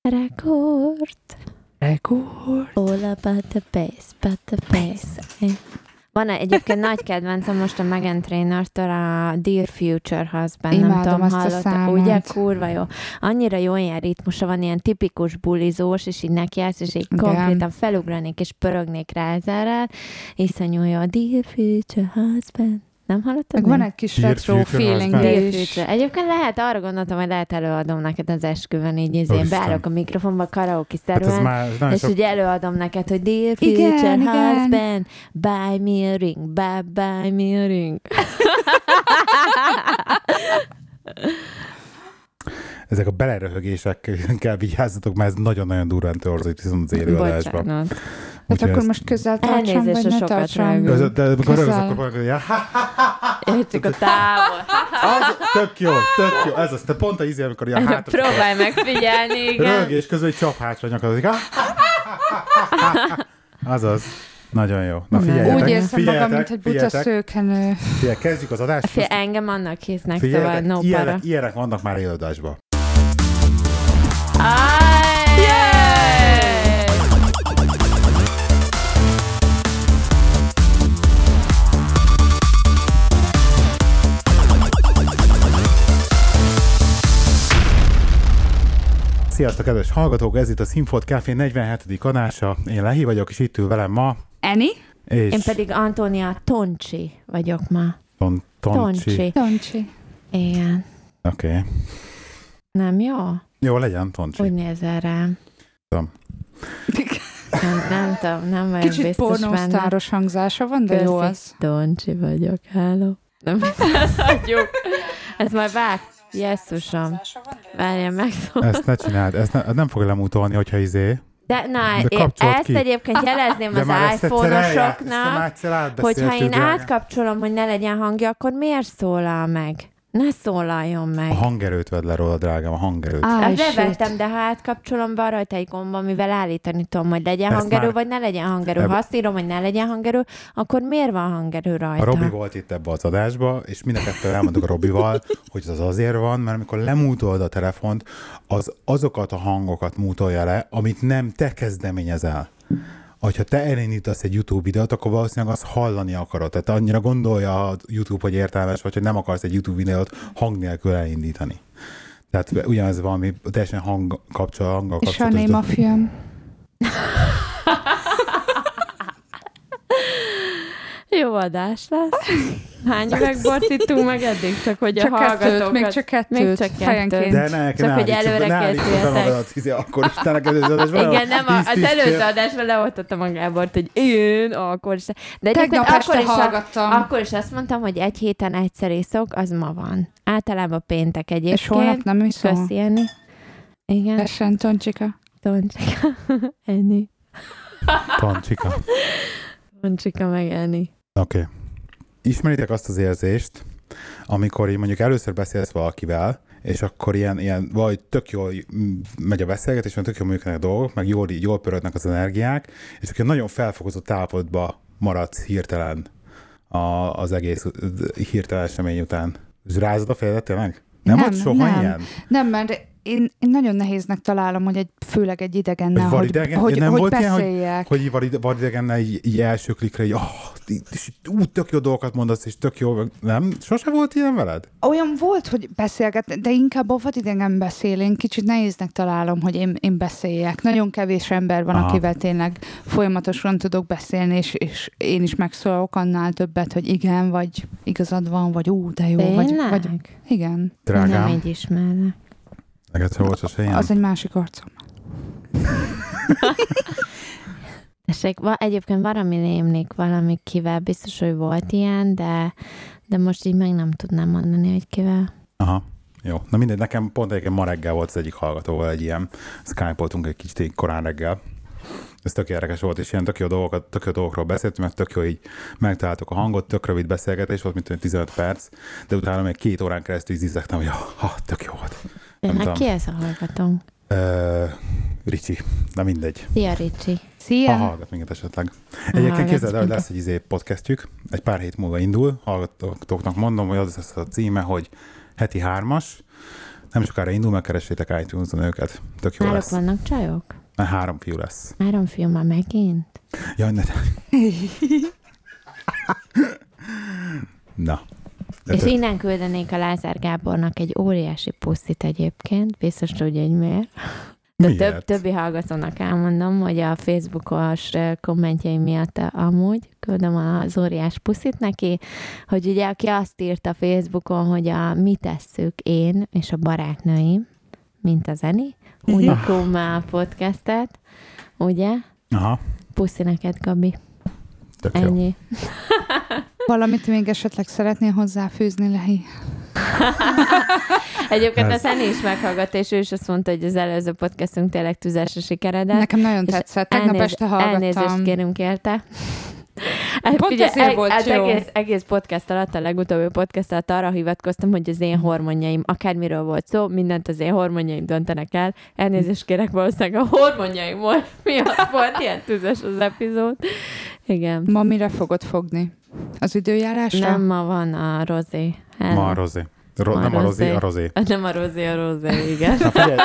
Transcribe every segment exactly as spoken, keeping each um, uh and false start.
Rekord. Rekord. All about the bass, but the bass. Van egyébként nagy kedvencem most a Meghan Trainor-től a Dear Future Husband. Imádom, nem tudom, azt a hallotta. számot. Ugye, kurva jó. Annyira jó ilyen ritmusa van, ilyen tipikus bulizós, és így nekiállsz, és így Igen. konkrétan felugranék, és pörögnék rá ezerrel. Iszonyú jó. Dear Future Husband. Nem hallottad? Meg van egy kis Dear retro Future feeling Husband. is. Egyébként lehet, arra gondoltam, hogy lehet előadom neked az esküvön, így izé, Úristen. beállok a mikrofonba karaoke-szerűen, Hát ez már nagyon és sok... így előadom neked, hogy Dear Igen, Future igen. Husband, buy me a ring, buy, buy me a ring. Ezek a beleröhögésekkel vigyázzatok, mert ez nagyon-nagyon durván torzít viszont az élőadásban. Bocsánat. Hát Úgyhogy akkor ezt- most közel tartsam, Elnézést, vagy ha ne sokat tartsam? röhögök. Között, de amikor Közel. rögzök, akkor mondod, ja, ha, Én csak a távol. az, tök jó, tök jó. Ez az, te pont a izé, amikor ilyen hátra... Próbálj megfigyelni, igen. Röhögés közben egy csap hátra nyakadozik. Azaz. Nagyon jó. Na figyeljetek, Úgy érzem magam, mint egy buta figyeljetek, szőkenő. figyelj, kezdjük az adást. Fél, engem annak hisznek, szóval Figyeljetek, no para. ilyenek, ilyenek vannak már élőadásban. Sziasztok, kedves hallgatók! Ez itt a Színfolt Café negyvenhetedik adása. Én Lehi vagyok, és itt ül velem ma. Eni? És Én pedig Antónia Toncsi vagyok ma. Ton, Toncsi. Toncsi. Toncsi. Igen. Oké. Okay. Nem jó? Jó, legyen Toncsi. Úgy nézel rám. Tudom. Nem, nem tudom, nem vagyok Kicsit biztos benne. pornósztáros hangzása van, de jó Köszi. az. Toncsi vagyok, háló. Nem ezt adjuk. Ez majd vág. Jesszusom. Várjál meg. Ezt ne csináld, ezt ne, nem fogja lemutolni, hogyha izé. De na, De én kapcsolt ezt ki. egyébként jelezném De az már ezt egyszer eljá- ezt már iPhone-osoknak, egyszer átbeszéltük, hogyha én drágám. átkapcsolom, hogy ne legyen hangja, akkor miért szólal meg? Ne szólaljon meg. A hangerőt vedd le róla, drágám, a hangerőt. Á, Hát shit. levettem, de ha átkapcsolom, van rajta egy gomba, amivel állítani tudom, hogy legyen Ezt hangerő, már- vagy ne legyen hangerő. Eb- Ha azt írom, hogy ne legyen hangerő, akkor miért van hangerő rajta? A Robi volt itt ebbe az adásba, és mind a kettő elmondtuk a Robival, hogy az azért van, mert amikor lemútolod a telefont, az azokat a hangokat mútolja le, amit nem te kezdeményezel. Hogyha te elindítasz egy YouTube videót, akkor valószínűleg azt hallani akarod. Tehát annyira gondolja a YouTube, hogy értelmes vagy, hogy nem akarsz egy YouTube videót hang nélkül elindítani. Tehát ugyanez valami teljesen hang kapcsol, hanggal És a kapcsolatos. néma film. Jó adás lesz. Hány üveg bort ittunk meg eddig? Csak hogy a Csak kettőt, hallgatókat... még csak kettőt. Még csak fejenként. kettőt. De ne, Csak, ne hogy állítsuk, előre ne állítsuk be készüljetek. magadat, izé, akkor is tényleg előző adásban. Igen, nem, a, az tíz-tíz előző fél- adásban leoltottam a Gábort, hogy én akkor is. De egyébként Tegnap akkor este is, a, hallgattam. akkor is azt mondtam, hogy egy héten egyszer iszok, az ma van. Általában péntek egyébként. És holnap nem iszol? Köszi, Enni. Igen, Essen, Toncsika. Toncsika. Enni. Toncsika. Toncsika meg Enni. Oké. Okay. Ismeritek azt az érzést, amikor így mondjuk először beszélsz valakivel, és akkor ilyen, ilyen valahogy tök jól megy a beszélgetés, mert tök jól működnek a dolgok, meg jól, jól pörögnek az energiák, és akkor nagyon felfokozott állapotba maradsz hirtelen a, az egész hirtelen esemény után. Rázod a fejedet tényleg? Nem, Nem, volt soha nem. ilyen? Nem, mert én, én nagyon nehéznek találom, hogy egy, főleg egy idegennel, Hogy hogy, vadidegen- hogy, ja, nem hogy volt ilyen, hogy- beszéljek. Hogy így valid- vadidegennel így, így első klikre, így, oh, és úgy tök jó dolgokat mondasz, és tök jó, nem? Sose volt ilyen veled? Olyan volt, hogy beszélget, de inkább a vadidegen beszél. Én kicsit nehéznek találom, hogy én, én beszéljek. Nagyon kevés ember van, Aha. akivel tényleg folyamatosan tudok beszélni, és, és én is megszólalok annál többet, hogy igen, vagy igazad van, vagy ú, de jó, vagy, Tényleg? vagy igen. Nem Drágám, így ismerlek. neked se volt sose ilyen? Az egy másik arcom. Tessék, va, egyébként valami rémlik valami kivel, biztos, hogy volt ilyen, de, de most így meg nem tudnám mondani, hogy kivel. Aha, jó. Na mindegy, nekem pont egyébként ma reggel volt az egyik hallgatóval egy ilyen, Skype-oltunk egy kicsit így korán reggel. Ez tök érdekes volt, és ilyen tök jó, dolgokat, tök jó dolgokról beszéltünk, mert tök jó így megtaláltuk a hangot, tök rövid beszélgetés volt, mint tizenöt perc, de utána még két órán keresztül zizegtem, hogy ha, tök jó volt. Nem Hát tudom. ki ez a hallgatónk? Uh, Ricsi, na mindegy. Szia, Ricsi. Szia! Ha hallgat minket esetleg. Egyébként képzeld el, hogy lesz egy izé podcastjük, egy pár hét múlva indul, hallgatóknak mondom, hogy az lesz a címe, hogy heti hármas, Nem sokára indul, megkeressétek iTunes-on őket. Tök jó Náluk lesz. vannak csajok? Mert három fiú lesz. Három fiú már megint? Jaj, ne. Na. És innen küldenék a Lázár Gábornak egy óriási puszit egyébként, biztos tudja, hogy miért. De Miért? több, többi hallgatónak elmondom, hogy a Facebookos kommentjei miatt amúgy küldöm az óriás puszit neki, hogy ugye aki azt írta Facebookon, hogy a mi tesszük én és a barátnőim, mint a Zeni, Unikum podcastet, ugye? Aha. Puszi neked, Gabi. Tök jó. Ennyi. Valamit még esetleg szeretnél hozzáfűzni, Lehi? Egyébként Ez- a Szeni is meghallgatta, és ő is azt mondta, hogy az előző podcastunk tényleg tüzes a sikeredett. Nekem nagyon És tetszett. Tegnap elnéz- este hallgattam. Elnézést kérünk érte. Pont Figyelj, ezért eg- volt az jó. egész, egész podcast alatt, a legutóbbi podcast alatt arra hivatkoztam, hogy az én hormonjaim, akármiről volt szó, mindent az én hormonjaim döntenek el. Elnézést kérek, valószínűleg a hormonjaim volt, miatt volt ilyen tüzes az epizód. Igen. Ma mire fogod fogni? Az időjárásra? Nem, ma van a Rozé. El- Ma a rozé. Ro- Ma nem a rozé, rozé. a rozé. Nem a Rozé, a Rozé, igen. Na figyelj,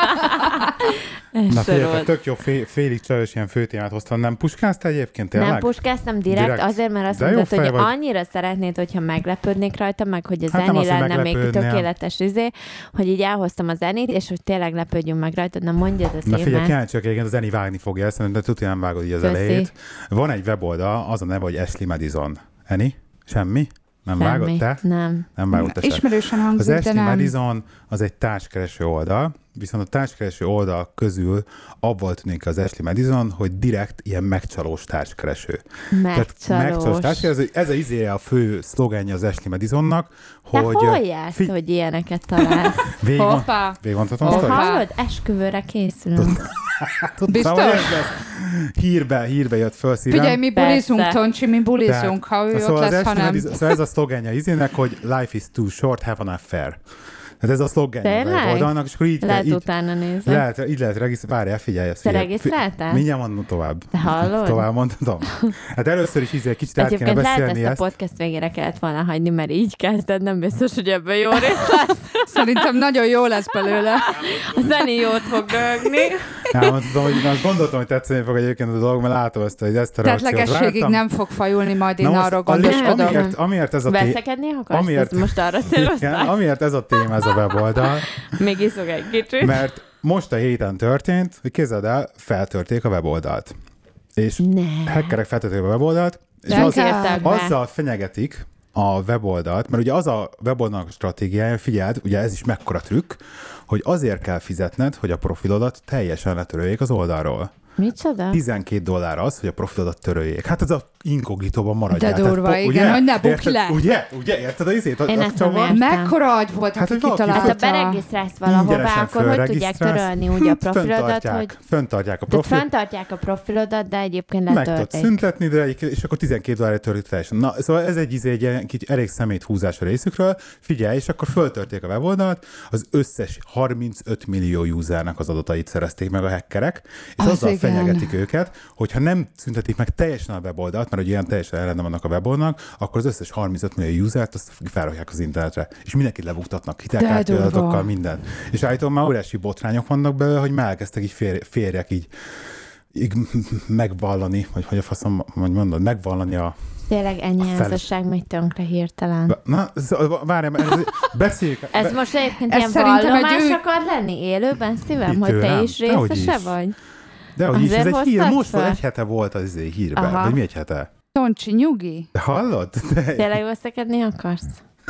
Ez na se figyelj, rossz. tök jó fél, félig csajos ilyen főtémát hoztam. Nem puskáztál egyébként tényleg? Nem puskáztam direkt, Direkt. azért, mert azt De jó mondtad, hogy fej vagy. annyira szeretnéd, hogyha meglepődnék rajta, meg hogy a Hát nem zeni az, hogy lenne még meglepődnél. tökéletes izé, hogy így elhoztam a zenét, és hogy tényleg lepődjünk meg rajta. Na mondjad a Na figyelj, témát. kíváncsiak egyébként, az Eni vágni fogja ezt, de tudja, nem vágod így az Köszi. elejét. Van egy weboldal, az a neve, hogy Ashley Madison. Eni? Semmi? Nem Semmi. vágod te? Nem. Nem vágod te sem. Ismerősen Az hangzik, de Ashley nem. Madison az egy társkereső oldal, viszont a társkereső oldal közül abból tűnik az Ashley Madison, hogy direkt ilyen megcsalós társkereső. Megcsalós. társkereső. Ez a izé a fő szlogenje az Ashley Madisonnak, Te hogy... hol jársz, figy- hogy ilyeneket találsz? Végigmond, Hoppá! végigmondhatom Hoppá. azt, hogy... Hallod? Esküvőre készülünk. Biztos? hogy ez lesz. Hírbe, hírbe jött föl szívem. Figyelj, mi bulizunk, Persze. Toncsi, mi bulizunk, ha ő szóval ott az lesz, ha Ashley nem. Madison, szóval ez a szlogenje izének, hogy life is too short, have an affair. Tehát ez a szlogenje Tényleg? a oldalnak, és akkor így, Lehet így, utána nézni. lehet, így lehet regisztrálni. Várjál, figyelj. ezt Te figyelj. regisztráltál? Mindjárt mondom tovább. Te hallod? Tovább mondhatom. Hát először is izé, kicsit át kéne Egyébként lehet beszélni ezt ezt. a podcast végére kellett volna hagyni, mert így kezded, nem biztos, hogy ebből jó rész lesz. Szerintem nagyon jó lesz belőle. A Zeni jót fog rögni. Nem, mondtam, hogy azt gondoltam, hogy tetszeni fog egyébként a dolog, mert látom ezt, hogy ezt a reakciót Tetlegességig vártam. nem fog fajulni, majd én Na most arról a lé- gondoskodom. amiért, amiért ez a té- Veszekedni akarsz? amiért- Ezt most arra igen, céloztál? amiért ez a téma, ez a weboldal, Még iszok egy kicsit. mert most a héten történt, hogy képzeld el, feltörték a weboldalt. És Ne. hackerek feltörték a weboldalt, és De az, írták be. azzal fenyegetik a weboldalt, mert ugye az a weboldalnak stratégiája, figyeld, ugye ez is mekkora trükk, hogy azért kell fizetned, hogy a profilodat teljesen letöröljék az oldalról. Micsoda? tizenkét dollár az, hogy a profilodat töröljék. Hát ez a inkognitóban maradjál. De durva, Tehát, igen, hogy ne bukj érted, le. Ugye? Ugye? Érted a izét? A, Én a ezt nem csavar? értem. Mekkora agy volt, Hát, aki hogy valaki- Hát ha kitalálta. beregisztrálsz valahová, Ingyenesen akkor hogy tudják fölregisztrálsz. törölni úgy a profilodat, Fönntartják, hogy... Fönntartják a Tehát profilt. fenntartják a profilodat, de egyébként Meg tudod letölték. szüntetni, de egy, és akkor tizenkét dollárra törlik teljesen. Na, szóval ez egy, izé, egy ilyen kicsi, elég szemét húzás a részükről. Figyelj, és akkor föltörték a weboldalt, az összes harmincöt millió usernek az adatait szerezték meg a hackerek, és Az azzal igen. fenyegetik őket, hogyha nem szüntetik meg teljesen a weboldalt, mert hogy ilyen teljesen ellene vannak a weboldalnak, akkor az összes harmincöt millió usert azt felrakják az internetre, és mindenkit lebuktatnak, hitelkártya durva. adatokkal, mindent. És állítólag már óriási botrányok vannak belőle, hogy már elkezdtek így fér, férjek így, így megvallani, vagy hogy a faszom, hogy mondod, megvallani a... Tényleg ennyi fel- házasság megy tönkre hirtelen. Na, szóval várjál, ez- beszéljük. Ez be- most egyébként Ez ilyen szerintem egy vallomás ő- akar lenni élőben, szívem, Itt hogy te tőlem? is Dehogy részese is. vagy? De hogy is, ez Azért egy hír, hoztad most van fel? egy hete volt az izé hírben, Aha. vagy mi egy hete? Toncsi, nyugi. De hallod? De... Tényleg veszekedni akarsz?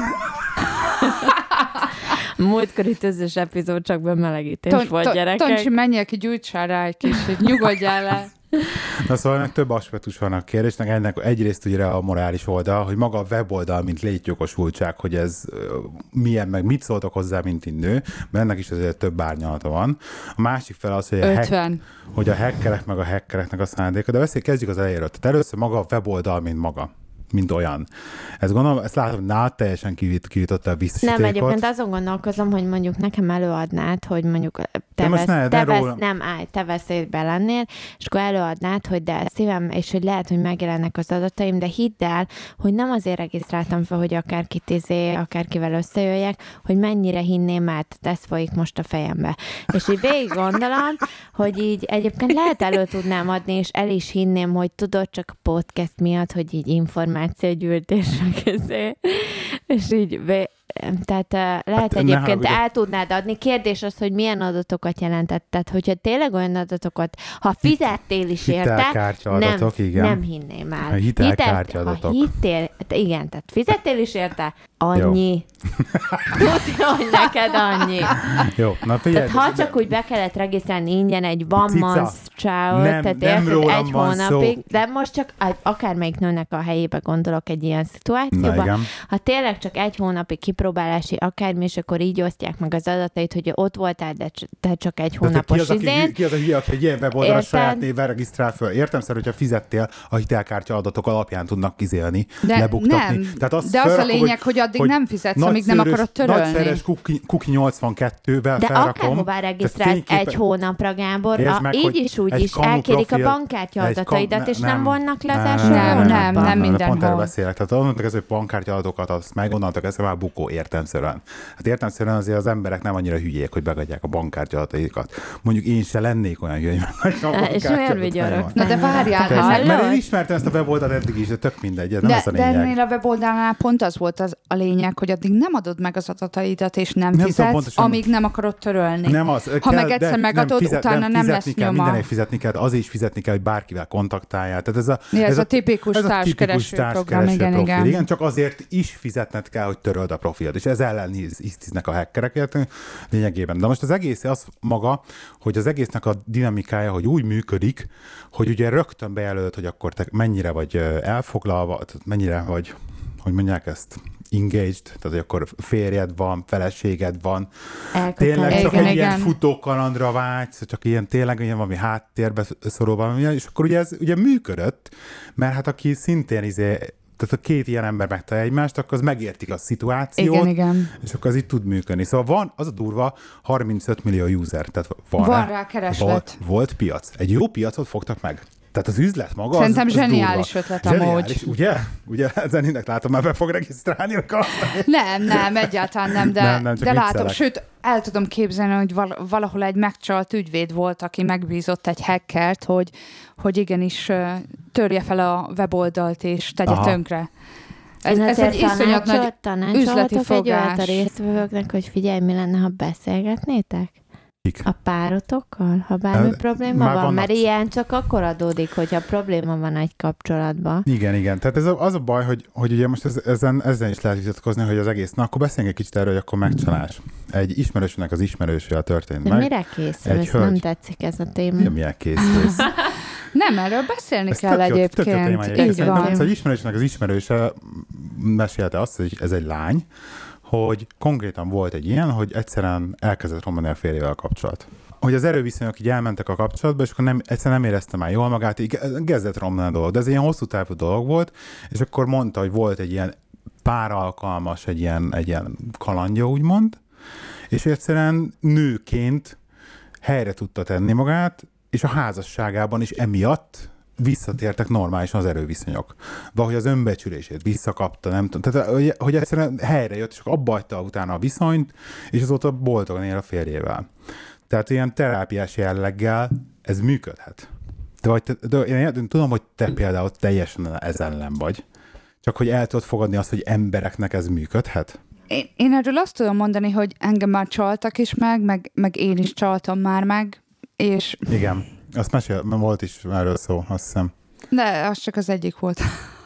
Múltkori tüzes epizód csak bemelegítés Ton- volt, ton- gyerekek. Toncsi, menjél ki, gyújtsál rá egy kicsit, nyugodjál le. Na szóval ennek több aspektus van a kérdésnek. Ennek egyrészt ugye a morális oldal, hogy maga a weboldal, mint létjogosultság, hogy ez ö, milyen, meg mit szóltak hozzá, mint nő, mert ennek is azért több árnyalata van. A másik fel az, hogy a, hack, ötven. hogy a hackerek meg a hackereknek a szándéka, de beszél, kezdjük az elejéről. Tehát először maga a weboldal, mint maga. mint olyan. Ezt gondolom, ezt látom, hogy nálad teljesen kivította a biztosítékot. Nem, egyébként azon gondolkozom, hogy mondjuk nekem előadnád, hogy mondjuk te, vesz, ne, te ne vesz, rólam. nem állj, te veszélybe lennél, és akkor előadnád, hogy de szívem, és hogy lehet, hogy megjelennek az adataim, de hidd el, hogy nem azért regisztráltam fel, hogy akárkit izé, akárkivel összejöjjek, hogy mennyire hinném el, ez folyik most a fejembe. És így végig gondolom, hogy így egyébként lehet elő tudnám adni, és el is hinném, hogy tudod, csak a podcast miatt, hogy így információgyűjtésre közé, és így tehát uh, lehet hát, egyébként ne, el tudnád adni. Kérdés az, hogy milyen adatokat jelentett. Tehát, hogyha tényleg olyan adatokat, ha fizettél is érte, nem, nem hinném el. A hitelkártya adatok. Ha hittél, igen, tehát fizettél is érte, annyi. Tudja, hogy neked annyi. Jó, na figyelj. Tehát, ha csak úgy be kellett regisztrálni ingyen egy one month trial, tehát nem érted, egy hónapig, szó. de most csak akármelyik nőnek a helyébe gondolok egy ilyen szituációban. Ha tényleg csak egy hónapig kipróbálási akármi, és akkor így osztják meg az adatait, hogy ott voltál, de te csak egy hónapos izén. Ki az a hülye, aki egy ilyen weboldalra saját névvel regisztrál föl? Értem szerint, hogyha fizettél, a hitelkártya adatok alapján tudnak kizélni, de lebuktatni. Nem, Tehát az de az föl, a lényeg, hogy, hogy addig hogy nem fizetsz, amíg nem akarod törölni. Nagyszeres kuki, kuki nyolcvankettővel de felrakom. De akárhová regisztrálsz fényképe... egy hónapra, Gábor, a, meg, így is úgy is elkérik a bankkártya adataidat, kam... és nem, nem vonnak le az első Nem, nem, nem, nem mindenhol. Pont erről beszélek. Tehát onnantól kezdve, hogy bankkártya adatokat adsz meg, onnantól kezdve már bukó értelemszerűen. Hát értelemszerűen azért az emberek nem annyira hülyék, hogy megadják a bankkártya adataikat. Mondjuk én se lennék olyan hülye, hogy megadják a bankkártya adatot. És miért vigyorogsz? Na de várjál, mert én ismertem ezt a weboldalt eddig is, de tök mindegy, ez nem de, az a lényeg. De ennél a weboldalnál pont az volt az a lényeg, hogy addig nem adod meg az adataidat, és nem, nem fizetsz, pontosan, amíg nem akarod törölni. Nem az. Ha kell, meg egyszer megadod, fizet, utána nem, nem lesz kell, nyoma. Mindenek fizetni kell, azért is fizetni kell, hogy bárkivel kontaktáljál. Tehát ez a, ja, ez, ez a tipikus társkereső program, igen, profil. igen. Igen, csak azért is fizetned kell, hogy töröld a profilt, és ez ellen hisztiznek a hackereket lényegében. De most az egész az maga, hogy az egésznek a dinamikája, hogy úgy működik, hogy ugye rögtön bejelölt, hogy akkor te mennyire vagy elfoglalva, mennyire vagy, hogy mondják ezt, engaged, tehát hogy akkor férjed van, feleséged van. Tényleg csak igen, egy igen. ilyen futókalandra vágysz, csak ilyen tényleg ilyen valami háttérbe szorul valami, és akkor ugye ez ugye működött, mert hát aki szintén izé, tehát a két ilyen ember megtalálja egymást, akkor az megértik a szituációt, igen, igen. és akkor az így tud működni. Szóval van, az a durva, harmincöt millió user, tehát van, van rá, rá kereslet. Volt, volt piac. Egy jó piacot fogtak meg. Tehát az üzlet maga Szerintem az, az zseniális durva. ötlet Zseniális, amúgy. ugye? Ugye? Zenének látom, már be fog regisztrálni. Nem, nem, egyáltalán nem, de, nem, nem, de látom, sőt, el tudom képzelni, hogy valahol egy megcsalt ügyvéd volt, aki megbízott egy hackert, hogy, hogy igenis törje fel a weboldalt és tegye Aha. tönkre. Ez, ez egy iszonyat nagy üzleti fogás. A résztvevőknek, hogy figyelj, mi lenne, ha beszélgetnétek? A párotokkal, ha bármi El, probléma van? Vannak... Mert ilyen csak akkor adódik, hogyha probléma van egy kapcsolatban. Igen, igen. Tehát ez a, az a baj, hogy, hogy ugye most ez, ezen, ezzel is lehet vitatkozni, hogy az egész, na akkor beszéljünk egy kicsit erről, hogy akkor megcsalás. Egy ismerősnek az ismerősével történt De meg. mire készülsz? Nem tetszik ez a téma. Mi, milyen készülsz? Nem, erről beszélni ez kell tök egyébként. Tök jó téma egyébként. Így van. Szóval egy ismerősnek az ismerőse mesélte azt, hogy ez egy lány, hogy konkrétan volt egy ilyen, hogy egyszerűen elkezdett romlani a férjével a kapcsolat. Hogy az erőviszonyok így elmentek a kapcsolatba, és akkor nem, egyszerűen nem érezte már jól magát, így kezdett romlani a dolog. De ez egy ilyen hosszú távú dolog volt, és akkor mondta, hogy volt egy ilyen pár alkalmas, egy ilyen, egy ilyen kalandja, úgymond, és egyszerűen nőként helyre tudta tenni magát, és a házasságában is emiatt visszatértek normálisan az erőviszonyok. Vagy az önbecsülését visszakapta, nem tudom. Tehát, hogy, hogy egyszerűen helyre jött, és akkor abba hagyta utána a viszonyt, és azóta boldogan él a férjével. Tehát ilyen terápiás jelleggel ez működhet. De, vagy te, de én, én tudom, hogy te például teljesen ez ellen vagy. Csak hogy el tudod fogadni azt, hogy embereknek ez működhet? Én, én erről azt tudom mondani, hogy engem már csaltak is meg, meg, meg én is csaltam már meg, és... Igen. Azt mesél, volt is erről szó, azt hiszem. De az csak az egyik volt.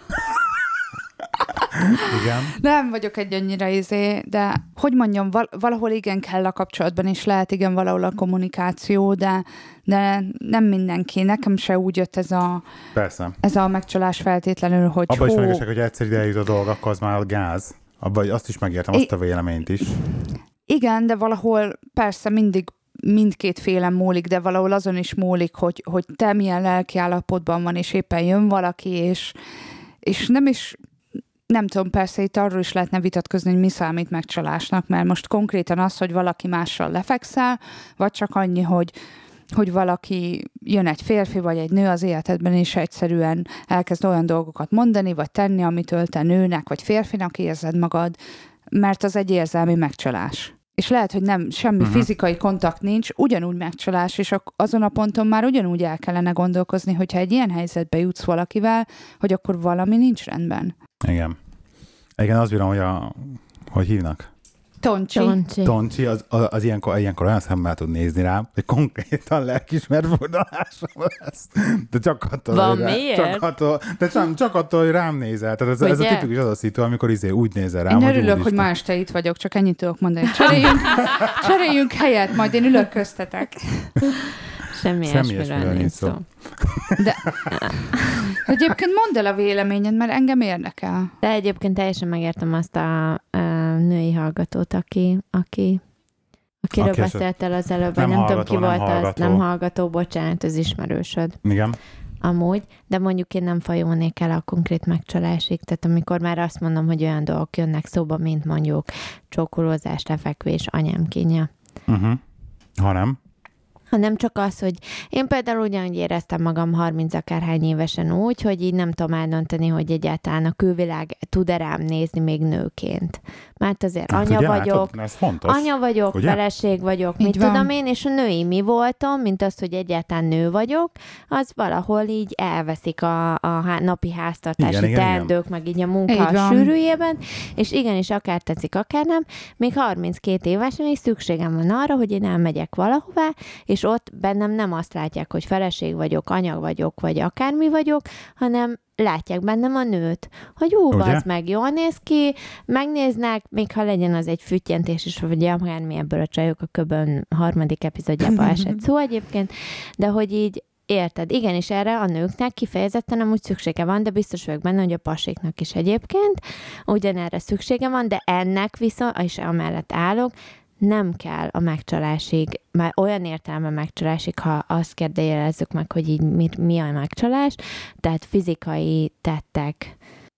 Igen. Nem vagyok egy annyira izé, de hogy mondjam, val- valahol igen kell a kapcsolatban, és lehet igen valahol a kommunikáció, de, de nem mindenki. Nekem se úgy jött ez a, Persze. ez a megcsalás feltétlenül, hogy abba hó... is megesek, hogy egyszer ide jut a dolog, akkor az már a gáz. Abba azt is megértem, azt a véleményt is. Igen, de valahol persze mindig mindkét félen múlik, de valahol azon is múlik, hogy, hogy te milyen lelki állapotban van, és éppen jön valaki, és, és nem is nem tudom, persze itt arról is lehetne vitatkozni, hogy mi számít megcsalásnak, mert most konkrétan az, hogy valaki mással lefekszel, vagy csak annyi, hogy hogy valaki jön egy férfi vagy egy nő az életedben, és egyszerűen elkezd olyan dolgokat mondani, vagy tenni, amitől te nőnek vagy férfinak érzed magad, mert az egy érzelmi megcsalás. És lehet, hogy nem, semmi uh-huh. fizikai kontakt nincs, ugyanúgy megcsalás, és azon a ponton már ugyanúgy el kellene gondolkozni, hogyha egy ilyen helyzetbe jutsz valakivel, hogy akkor valami nincs rendben. Igen. Igen, azt bírom, hogy a... Hogy hívnak? Toncsi. Toncsi. Toncsi, az, az, az ilyenkor, ilyenkor olyan szemmel tud nézni rám, hogy konkrétan lelkismert fordulásom lesz. De csak attól, Van hogy rá, miért? csak attól, de csak, csak attól, hogy rám nézel. Tehát ez, ez a tipikus az a szitu, amikor izé úgy nézel rám, én hogy örülök, hogy ma este itt vagyok, csak ennyit tudok mondani. Cseréljünk, cseréljünk helyet, majd én ülök köztetek. Semmi, Semmi ilyesmiről nincs szó. De egyébként mondd el a véleményed, mert engem érdekel. De egyébként teljesen megértem azt a, a női hallgatót, aki, aki akiről aki beszéltél az előbb, nem, nem tudom ki volt az, nem hallgató, bocsánat, az ismerősöd. Igen. Amúgy, de mondjuk én nem fajulnék el a konkrét megcsalásig, tehát amikor már azt mondom, hogy olyan dolgok jönnek szóba, mint mondjuk csókolózás, lefekvés, anyám kínja. Uh-huh. Ha nem? hanem csak az, hogy én például ugyanúgy éreztem magam harminc akárhány évesen úgy, hogy így nem tudom eldönteni, hogy egyáltalán a külvilág tud-e rám nézni még nőként. Mert azért hát, anya ugye, vagyok, hát, ez fontos, anya vagyok, ugye? Feleség vagyok, így mit van. Tudom én, és a női mi voltam, mint az, hogy egyáltalán nő vagyok, az valahol így elveszik a, a napi háztartási igen, teendők, igen, meg így a munka így sűrűjében, és igenis akár tetszik, akár nem, még harminckét évesen is szükségem van arra, hogy én elmegyek valahová, és ott bennem nem azt látják, hogy feleség vagyok, anya vagyok, vagy akármi vagyok, hanem látják bennem a nőt, hogy ú, az meg jól néz ki, megnéznek, még ha legyen az egy füttyentés is, vagy akármi, ebből a Csajok a Köbön harmadik epizódjában esett szó egyébként, de hogy így érted, igenis erre a nőknek kifejezetten amúgy szüksége van, de biztos vagyok benne, hogy a pasiknak is egyébként ugyanerre szüksége van, de ennek viszont, és amellett állok, nem kell a megcsalásig, már olyan értelme megcsalásig, ha azt kérdejelezzük meg, hogy így mi, mi a megcsalás, tehát fizikai tettek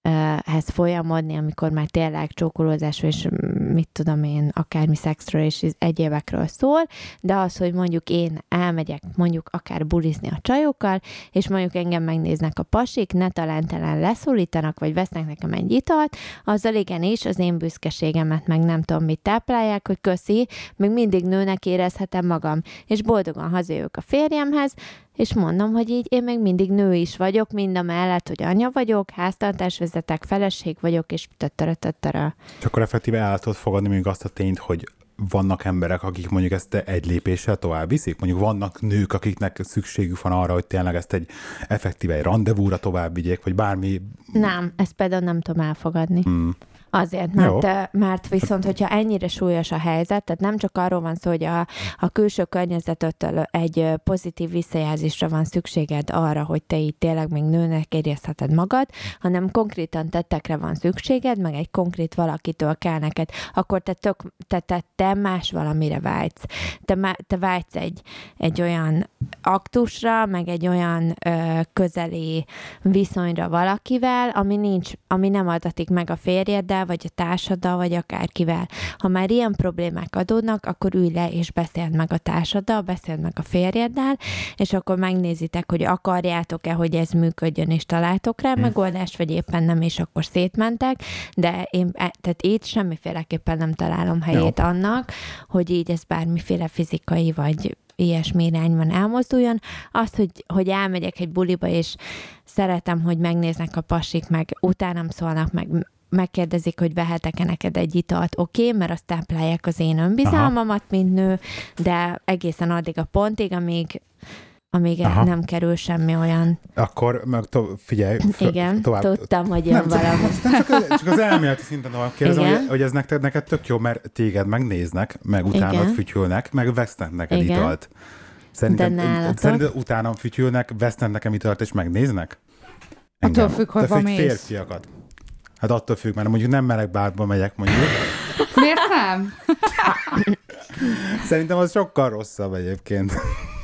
hez folyamodni, amikor már tényleg csókolózás, és mit tudom én, akármi szexről és egyébekről szól, de az, hogy mondjuk én elmegyek mondjuk akár bulizni a csajokkal, és mondjuk engem megnéznek a pasik, ne talántelen leszólítanak, vagy vesznek nekem egy italt, azzal igenis az én büszkeségemet meg nem tudom mit táplálják, hogy köszi, még mindig nőnek érezhetem magam, és boldogan hazajövök a férjemhez, és mondom, hogy így én még mindig nő is vagyok, mind a mellett, hogy anya vagyok, háztartás vezetek, feleség vagyok, és tötörö-tötörö. És akkor effektíve el tudod fogadni mondjuk azt a tényt, hogy vannak emberek, akik mondjuk ezt egy lépéssel tovább viszik? Mondjuk vannak nők, akiknek szükségük van arra, hogy tényleg ezt egy effektíve egy rendezvúra tovább vigyék, vagy bármi... Nem, ezt például nem tudom elfogadni. Hmm. Azért, mert, mert viszont, hogyha ennyire súlyos a helyzet, tehát nem csak arról van szó, hogy a, a külső környezetettől egy pozitív visszajelzésre van szükséged arra, hogy te így tényleg még nőnek érezheted magad, hanem konkrétan tettekre van szükséged, meg egy konkrét valakitől kell neked, akkor te, tök, te, te, te más valamire vágysz. Te, te vágysz egy, egy olyan aktusra, meg egy olyan ö, közeli viszonyra valakivel, ami nincs, ami nem adatik meg a férjeddel, vagy a társaddal, vagy akárkivel. Ha már ilyen problémák adódnak, akkor ülj le és beszéld meg a társaddal, beszéld meg a férjeddel, és akkor megnézitek, hogy akarjátok-e, hogy ez működjön, és találtok rá megoldást, vagy éppen nem, és akkor szétmentek, de én tehát itt semmiféleképpen nem találom helyét ja. annak, hogy így ez bármiféle fizikai, vagy ilyesmi irányban elmozduljon. Azt, hogy, hogy elmegyek egy buliba, és szeretem, hogy megnéznek a pasik, meg utánam szólnak, meg megkérdezik, hogy vehetek-e neked egy italt, oké, okay, mert azt táplálják az én önbizalmamat, aha, mint nő, de egészen addig a pontig, amíg, amíg nem kerül semmi olyan. Akkor meg to- figyelj. Igen, tovább. Tudtam, hogy jön valami. Csak, csak, csak az elméleti szinten tovább kérdezem, hogy, hogy ez neked, neked tök jó, mert téged megnéznek, meg utánad fütyülnek, meg vesznek neked igen. italt. Szerintem, szerinted utánam fütyülnek, vesznek nekem italt, és megnéznek? Engem. Attól függ, hogy van mész. Férfiakat. Hát attól függ, mert mondjuk nem meleg bárba megyek, mondjuk. Miért nem? Szerintem az sokkal rosszabb egyébként.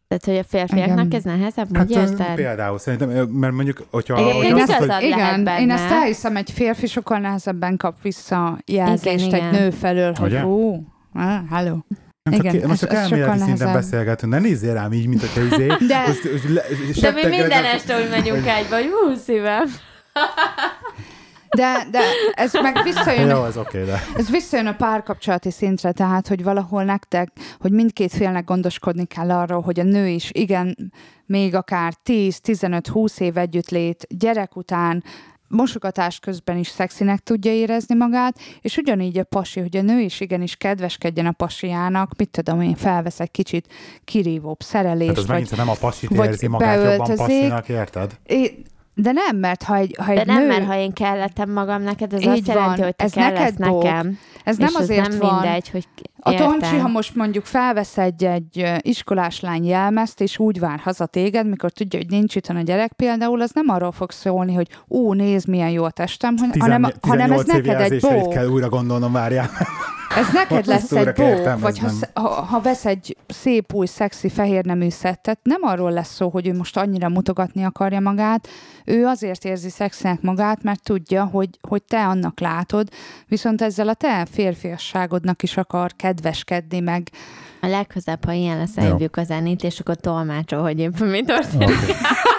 Tehát, hogy a férfiaknak igen. ez nehezebb, hát, úgy érzed? Például szerintem, mert mondjuk, hogyha... Egyébként hogyha igazad azt, hogy... Igen, lehet én ezt elhiszem, egy férfi sokkal nehezebben kap vissza jelzést igen, egy igen. nő felől, hogy ugye? Ó, ah, hello. Nem igen, csak, most csak elméleti szinten beszélgetünk, ne nézzél rám így, mint hogyha izé... De, most, most le, de mi minden este úgy megyünk ágyba, hogy hú, szívem. De, de ez meg visszajön, Jó, ez, okay, de. ez visszajön a párkapcsolati szintre, tehát, hogy valahol nektek, hogy mindkét félnek gondoskodni kell arról, hogy a nő is, igen, még akár tíz, tizenöt, húsz év együttlét, gyerek után, mosogatás közben is szexinek tudja érezni magát, és ugyanígy a pasi, hogy a nő is igenis kedveskedjen a pasiának, mit tudom én, felvesz egy kicsit kirívóbb szerelést. Hát az vagy, megint nem a pasit érzi magát jobban pasinak, érted? É, De nem, mert ha egy, ha egy De nem, nő... mert ha én kellettem magam neked, az így azt jelenti, van. hogy te ez kellesz nekem. Ez nem és azért nem van. mindegy, hogy a értem. Toncsi, ha most mondjuk felvesz egy, egy iskolás lány jelmezt, és úgy vár haza téged, mikor tudja, hogy nincs itt a gyerek például, az nem arról fog szólni, hogy ó, nézd, milyen jó a testem, hanem, hanem ez neked egy bó. kell újra gondolnom, várjál. Ez neked lesz egy bó, vagy ha, ha, ha vesz egy szép új, szexi, fehérnemű szettet, nem arról lesz szó, hogy ő most annyira mutogatni akarja magát, ő azért érzi szexinek magát, mert tudja, hogy, hogy te annak látod, viszont ezzel a te férfiasságodnak is akar kedveskedni, meg... A legközelebb, ha ilyen lesz, elhívjuk a zenét, és akkor tolmácsol, hogy éppen mi történik. Okay.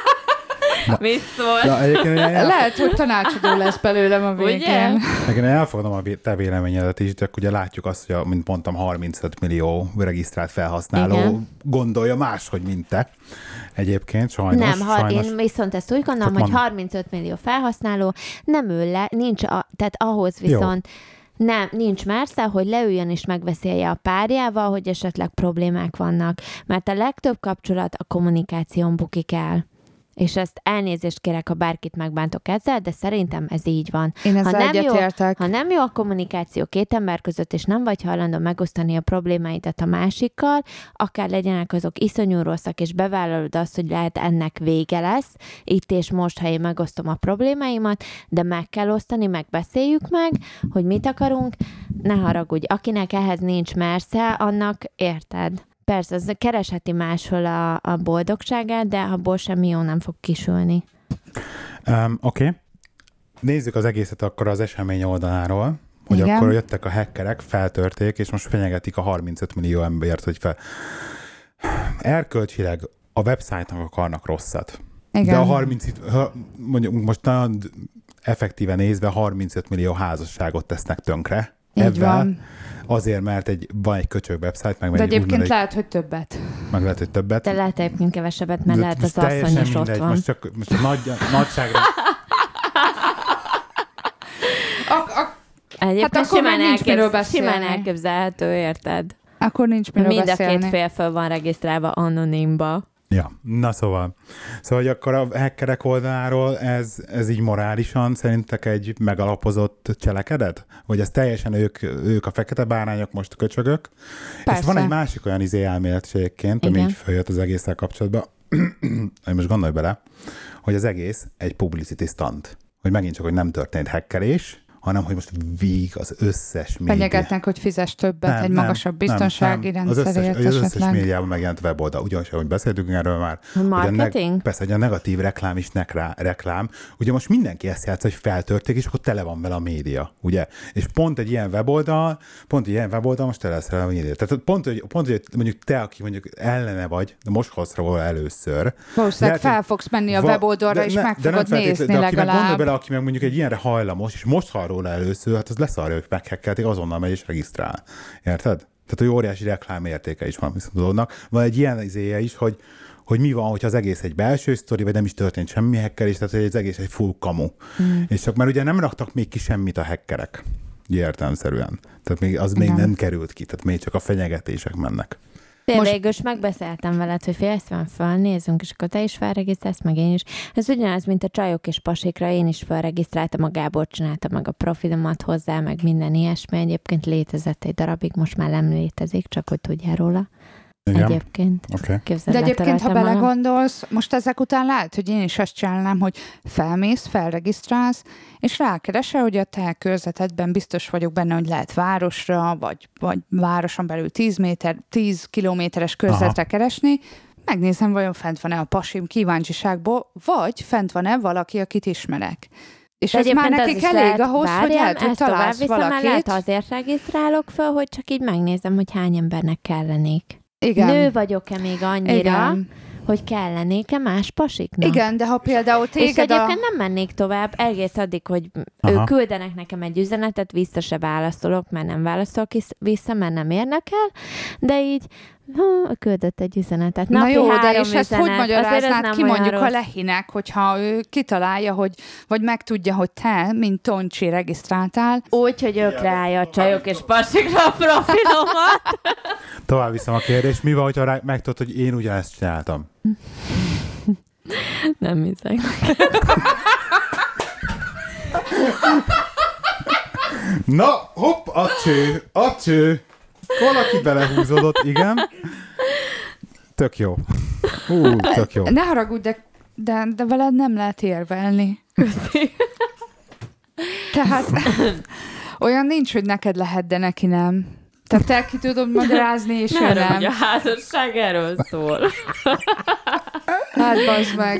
Mit szólsz? Ja, el... Lehet, hogy tanácsadó lesz belőlem a végén. Én elfogadom a te véleményedet is, de ugye látjuk azt, hogy, a, mint mondtam, harmincöt millió regisztrált felhasználó igen. gondolja máshogy, mint te. Egyébként sajnos. Nem, ha, sajnos. Én viszont ezt úgy gondolom, csak hogy van. harmincöt millió felhasználó nem ül le, nincs, a, tehát ahhoz viszont jó. Nem, nincs mersze, hogy leüljön és megbeszélje a párjával, hogy esetleg problémák vannak. Mert a legtöbb kapcsolat a kommunikáción bukik el. És ezt elnézést kérek, ha bárkit megbántok ezzel, de szerintem ez így van. Én ezzel ha nem egyetértek. Jó, ha nem jó a kommunikáció két ember között, és nem vagy hajlandó megosztani a problémáidat a másikkal, akár legyenek azok iszonyú rosszak, és bevállalod azt, hogy lehet ennek vége lesz, itt és most, ha én megosztom a problémáimat, de meg kell osztani, megbeszéljük meg, hogy mit akarunk, ne haragudj, akinek ehhez nincs mersze, annak érted. Persze, az keresheti máshol a, a boldogságát, de abból semmi jó nem fog kisülni. Um, Oké. Okay. Nézzük az egészet akkor az esemény oldaláról, hogy igen. Akkor jöttek a hackerek, feltörték, és most fenyegetik a harmincöt millió embert, hogy fel... Erkölcsileg a website-nak akarnak rosszat. Igen. De a harminc, mondjuk most nagyon effektíven nézve harmincöt millió házasságot tesznek tönkre. Így ebben. Van. Azért, mert egy, van egy köcsög website, meg de egyébként egy, lehet, hogy többet. Meg lehet, hogy többet. De lehet egyébként kevesebbet, mert de lehet az asszony is ott van. Most csak most a nagy, nagyságra... a, a, egyébként hát simán, elképz, simán elképzelhető, érted? Akkor nincs miről Mind beszélni. Mind a két fél föl van regisztrálva anonimba. Ja, na szóval. Szóval, hogy akkor a hackerek oldaláról ez, ez így morálisan szerintek egy megalapozott cselekedet? Vagy ez teljesen ők, ők a fekete bárányok, most köcsögök? Persze. És van egy másik olyan izé elméletségként, ami így följött az egésszel kapcsolatban, hogy most gondolj bele, hogy az egész egy publicity stunt. Hogy megint csak, hogy nem történt hackerés, hanem hogy most végig az összes média... Fenyegetnek, hogy fizes többet nem, egy nem, magasabb biztonsági nem, nem. rendszerért. Az összes, az összes médiában megjelent weboldal. Ugyanis, ahogy beszéltünk erről már. Marketing? Ne, persze, hogy a negatív reklám is nekrá, reklám. Ugye most mindenki ezt játsz, hogy feltörték, és akkor tele van vele a média. Ugye? És pont egy ilyen weboldal, pont egy ilyen weboldal most tele lesz rá a média. Tehát pont, hogy, pont, hogy mondjuk te, aki mondjuk ellene vagy, de most hozz róla először. Valószínűleg fel fogsz menni a weboldalra, és meg fogod nézni legalább. De aki meg gondolj bele, aki meg mondjuk egy ilyenre hajlamos, és most hall róla először, hát az leszarja, hogy meghekkelték, azonnal megy és regisztrál. Érted? Tehát, hogy óriási reklámértéke is van viszont a dolognak. Van egy ilyen izéje is, hogy, hogy mi van, hogyha az egész egy belső sztori, vagy nem is történt semmi hackerés, tehát hogy az egész egy full kamu. Mm. És csak mert ugye nem raktak még ki semmit a hackerek. Értelemszerűen. Tehát még, az még nem került ki, tehát még csak a fenyegetések mennek. Én most... végül is megbeszéltem veled, hogy fél ezt van föl, nézzünk, és akkor te is felregisztrálsz, meg én is. Ez ugyanaz, mint a csajok és pasikra, én is felregisztráltam, a Gábor csinálta meg a profilomat hozzá, meg minden ilyesmi. Egyébként létezett egy darabig, most már nem létezik, csak hogy tudjál róla. Igen. Egyébként. Okay. De egyébként, ha belegondolsz, most ezek után lehet, hogy én is azt csinálnám, hogy felmész, felregisztrálsz, és rákeresel, hogy a te körzetedben biztos vagyok benne, hogy lehet városra, vagy, vagy városon belül tíz méter, tíz kilométeres körzetre Aha. keresni, megnézem, vajon fent van-e a pasim kíváncsiságból, vagy fent van-e valaki, akit ismerek. És ez már nekik elég lehet, ahhoz, várjam, hogy lehet, hogy találsz valakit. Lehet azért regisztrálok föl, hogy csak így megnézem, hogy hány embernek kellenék. Igen. Nő vagyok-e még annyira, Igen. hogy kellenék-e más pasiknak? Igen, de ha például téged És egyébként a... nem mennék tovább, egész addig, hogy Aha. ők küldenek nekem egy üzenetet, vissza se válaszolok, mert nem válaszolok vissza, mert nem érdekel, de így hú, küldött egy üzenetet. Na Napi jó, három de és ezt üzenet. hogy magyaráznád ki mondjuk rossz. a Lehinek, hogyha ő kitalálja, hogy, vagy megtudja, hogy te, mint Toncsi regisztráltál. Úgy, hogy ők rája a csajok és pasikra a profilomat. Tovább viszem a kérdést. Mi van, hogyha rá, megtudod, hogy én ugyanezt csináltam? Nem hiszek. Na, hopp, a cső, a cső. Valaki belehúzódott, igen. Tök jó. Hú, tök jó. Ne haragudj, de, de, de veled nem lehet érvelni. Tehát olyan nincs, hogy neked lehet, de neki nem. Tehát te ki tudod magyarázni, és ő nem. Hogy a házasság erről szól. Hát bazd meg.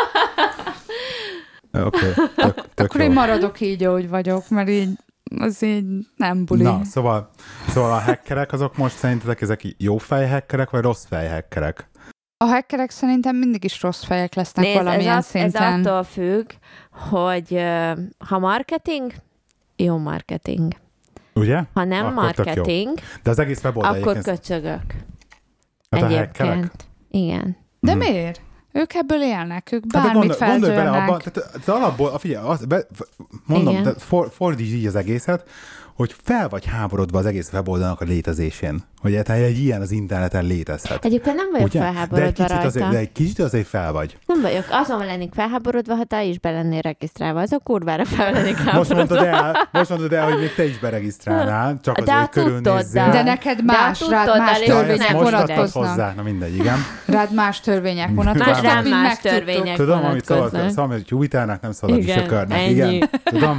Oké, okay, tök, tök Akkor jó. én maradok így, ahogy vagyok, mert így az így nem buli. Na, szóval, szóval a hackerek azok most szerintetek ezek jó fejhackerek, vagy rossz fejhackerek? A hackerek szerintem mindig is rossz fejek lesznek Nézd, valamilyen ez, szinten. ez attól függ, hogy uh, ha marketing, jó marketing. Ugye? Ha nem Akkor marketing, de az egész weboldal akkor egyébként... köcsögök. Hát a hackerek? Egyébként. Igen. De Hmm. miért? Ők ebből élnek, ők Hát de bármit gondol, gondolj bele feltörnek. abba, tehát az alapból, figyelj, az, be, mondom, Igen. tehát for, fordítsd így az egészet, hogy fel vagy háborodva az egész weboldalnak a létezésén. Hogy egy ilyen az interneten létezhet. Egyébként nem vagyok Ugye? De egy, felháborodva kicsit azért, rajta. de egy kicsit azért fel vagy. Nem vagyok. Azon lennék felháborodva, ha te is be lennél regisztrálva. Az a kurvára fel lennék Most háborodva. mondtad, el, most mondtad el, hogy még te is beregisztrálnál, csak De azért tudtad, körülnézzél. de- De neked más, De rád tudtad, más de Ja, ezt törvények most adtad vonatkoznak. hozzá. Na mindegy, igen. Rád más törvények Más vonatkoznak, rám mint más megtudtuk. törvények Tudom, amit szabad, vonatkoznak. szabad, hogy Jupiternek nem szabad is Igen, a körnek. ennyi. Igen, tudom.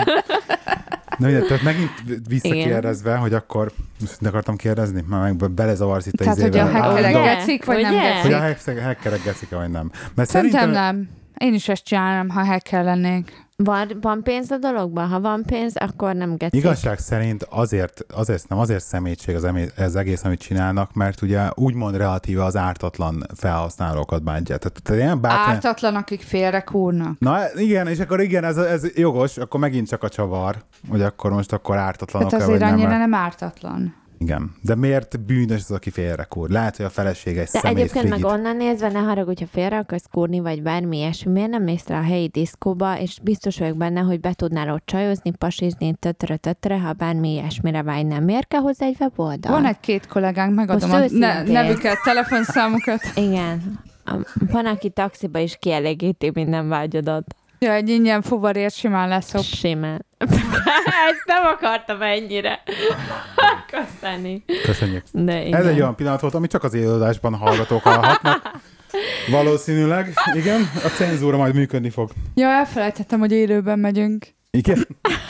Na mindegy, tehát megint visszakérdezve, hogy akkor, ezt akartam kérdezni, már meg belezavarsz itt a Tehát, hogy a izével. hackerek Ugye? gecik, vagy nem Ugye? Hogy a gecik? hack- hackerek geszik, vagy nem. Mert Szerintem szerintem... nem. Én is ezt csinálnám, ha hacker lennék. Van, van pénz a dologban? Ha van pénz, akkor nem gecik. Igazság szerint azért, azért nem azért szemétség az, emé- ez egész, amit csinálnak, mert ugye úgymond relatíve az ártatlan felhasználókat bántja. Tehát, tehát ilyen bátran... Ártatlan, akik félre kúrnak. Na igen, és akkor igen, ez, ez jogos, akkor megint csak a csavar, hogy akkor most akkor ártatlanok Hát vagy azért nem. annyira mert- nem ártatlan. Igen. De miért bűnös az, aki félrekúr? Lehet, hogy a felesége egy De szemét egyébként frigid. meg onnan nézve, ne haragudj, ha félre akarsz kúrni, vagy bármi ilyesmi, miért nem mész rá a helyi diszkóba, és biztos vagyok benne, hogy be tudnál ott csajozni, pasizni, tötre-tötre, ha bármi ilyesmire vágynál. Miért kell hozzá egy weboldal? Van egy-két kollégánk, megadom Most a őszintén. ne- nevüket, telefonszámukat. Igen. A- Van, aki taxiba is kielégíti minden vágyodat. Ja, egy ingyen fuvarért simán leszok. Simán. Ezt nem akartam ennyire. Köszönni. Köszönjük. De igen. Ez egy olyan pillanat volt, amit csak az élőadásban hallgatók hallhatnak. Valószínűleg, igen, a cenzúra majd működni fog. Ja, elfelejtettem, hogy élőben megyünk. Igen?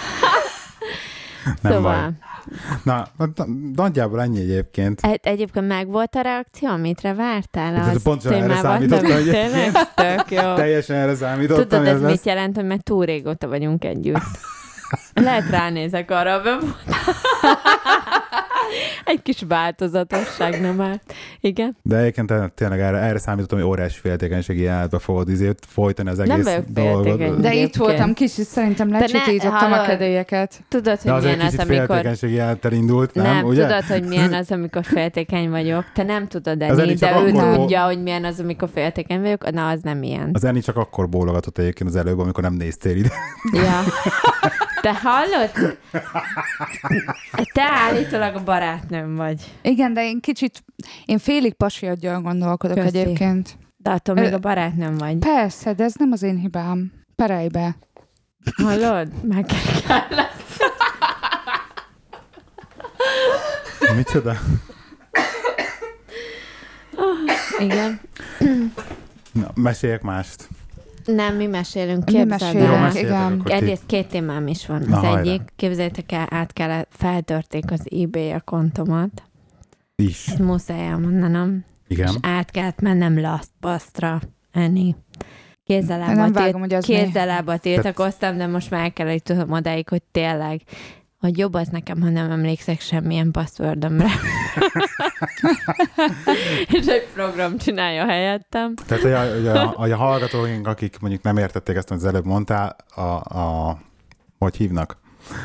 Nem Szóval, baj. Na, na- nagyjából ennyi egyébként. egy, egyébként meg volt a reakció, amitre vártál? Tehát Az pontosan erre témával? számítottam, Tök- hogy- Tényleg? Tök jó. Teljesen erre számítottam, Tudod, hogy ez ez lesz. mit jelent, hogy mert túl régóta vagyunk együtt. Lehet ránézek arra a weboldalra. Egy kis változatosság nem árt. Igen. De egyébként te- tényleg erre, erre számítottam, hogy óriási féltékenységi jelenetbe fogod izét folytani az Nem egész vagyok dolgot. féltékeny. De itt Egyébként. voltam kicsit, szerintem ne- lecsitítottam a hallod? kedélyeket. Tudod, De hogy az egy milyen az, kicsit amikor... féltékenységi jelenettel indult, nem? Nem, ugye? tudod, hogy milyen az, amikor féltékeny vagyok. Te nem tudod, Az Eni, Eni csak de ő akkor- tudja, hogy milyen az, amikor féltékeny vagyok. Na, az nem ilyen. Az Eni csak akkor bólogatott egyébként az előbb, amikor nem néztél ide. Ja. Te hallod? Te állítólag a barátnőm vagy. Igen, de én kicsit, én félig pasi aggyal gondolkodok Köszi. egyébként. De attól még a barátnőm vagy. Persze, de ez nem az én hibám. Perelj be. Hallod? Meg kell. Micsoda? Igen. Na, meséljek mást. Nem, mi mesélünk. Mi Képzeld mesélünk, Jó, el. meséljetek igen. akkor ti. Egyrészt két témám is van. Na, Az hajrá. egyik, képzeljétek el, át kellett, feltörték az eBay a kontomat. Is. Ezt muszáj elmondanom. Igen. És át kellett mennem LastPass-ra enni. Kézzelába, Nem tilt, vágom, hogy az kézzelába tiltakoztam, de most már kell, hogy tudom odáig, hogy tényleg, hogy jobb az nekem, ha nem emlékszek semmilyen passwordömre. És egy program csinálja helyettem. Tehát, hogy a, hogy a, hogy a hallgatóink, akik mondjuk nem értették ezt, amit az előbb mondtál, a, a hogy hívnak?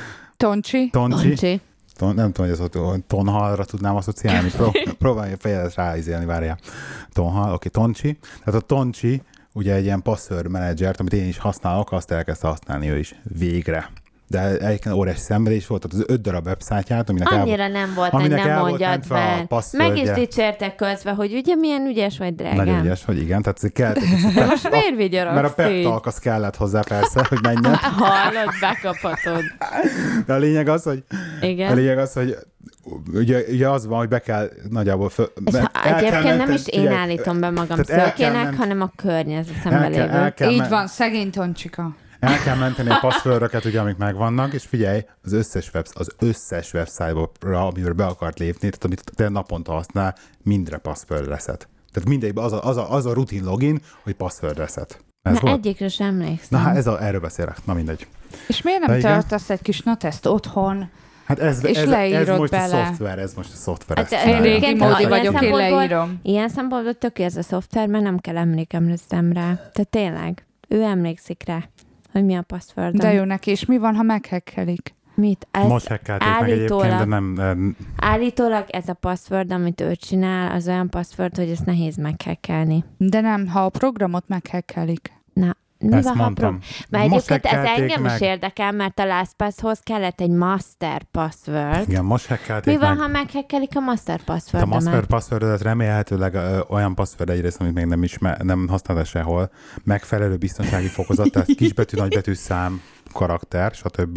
Toncsi. Toncsi. Toncsi. Ton, nem tudom, hogy ez tonhalra tudnám asszociálni. Pró, próbálj a fejedet ráizélni, várjál. Tonhal, oké, Toncsi. Tehát a Toncsi ugye egy ilyen password menedzsert, amit én is használok, azt elkezdte használni ő is végre. De egyébként óriási szenvedés volt, tehát az öt darab websájtját, aminek Annyira el, nem volt, hogy nem mondjad be. Meg is dicsértek közben, hogy ugye milyen ügyes vagy, drágám. Nagyon ügyes vagy, igen. Tehát ez kellett, de most miért vigyorogsz? Mert a pep talk az kellett hozzá persze, hogy menjen. Hallod, bekaphatod. De a lényeg az, hogy igen. A lényeg az, hogy ugye, ugye az van, hogy be kell nagyjából föl... És ha egyébként kell nem is én ugye, állítom be magam szőkének, hanem a környezetemben lévő. Így men... van, szegény Toncsika. El kell menteni a passwordöket, ugye, amik megvannak, és figyelj, az összes, webs, az összes website-ra, amivel be akart lépni, tehát amit te naponta használ, mindre password reset. Tehát mindegyben az a, az, a, az a rutin login, hogy password reset. Ez Na egyikre sem emlékszem. Na hát ez a, erről beszélek, na mindegy. És miért nem tartasz egy kis noteszt otthon? Hát ez, és ez, leírod ez most bele. a szoftver, ez most a szoftver. Hát én régi módi vagyok, én leírom. Ilyen szempontból tök ez a szoftver, mert nem kell emlékeznem rá. Tehát tényleg, ő emlékszik rá, hogy mi a password. De jó neki, és mi van, ha meghekkelik? Mit? Ez most hekkelték meg egyébként, de nem, nem... Állítólag ez a password, amit ő csinál, az olyan password, hogy ezt nehéz meghekkelni. De nem, ha a programot meghekkelik. Na, mi ezt van, mondtam. Pro... Mert egyébként ez engem meg. is érdekel, mert a LastPasshoz kellett egy master password. Igen, most hekkelték Mi van, meg. ha meghekkelik a master password? A master passwordodat remélhetőleg ö, olyan password egyrészt, amit még nem, ismer, nem használod sehol, megfelelő biztonsági fokozat, tehát kisbetű, nagybetű szám, karakter, stb.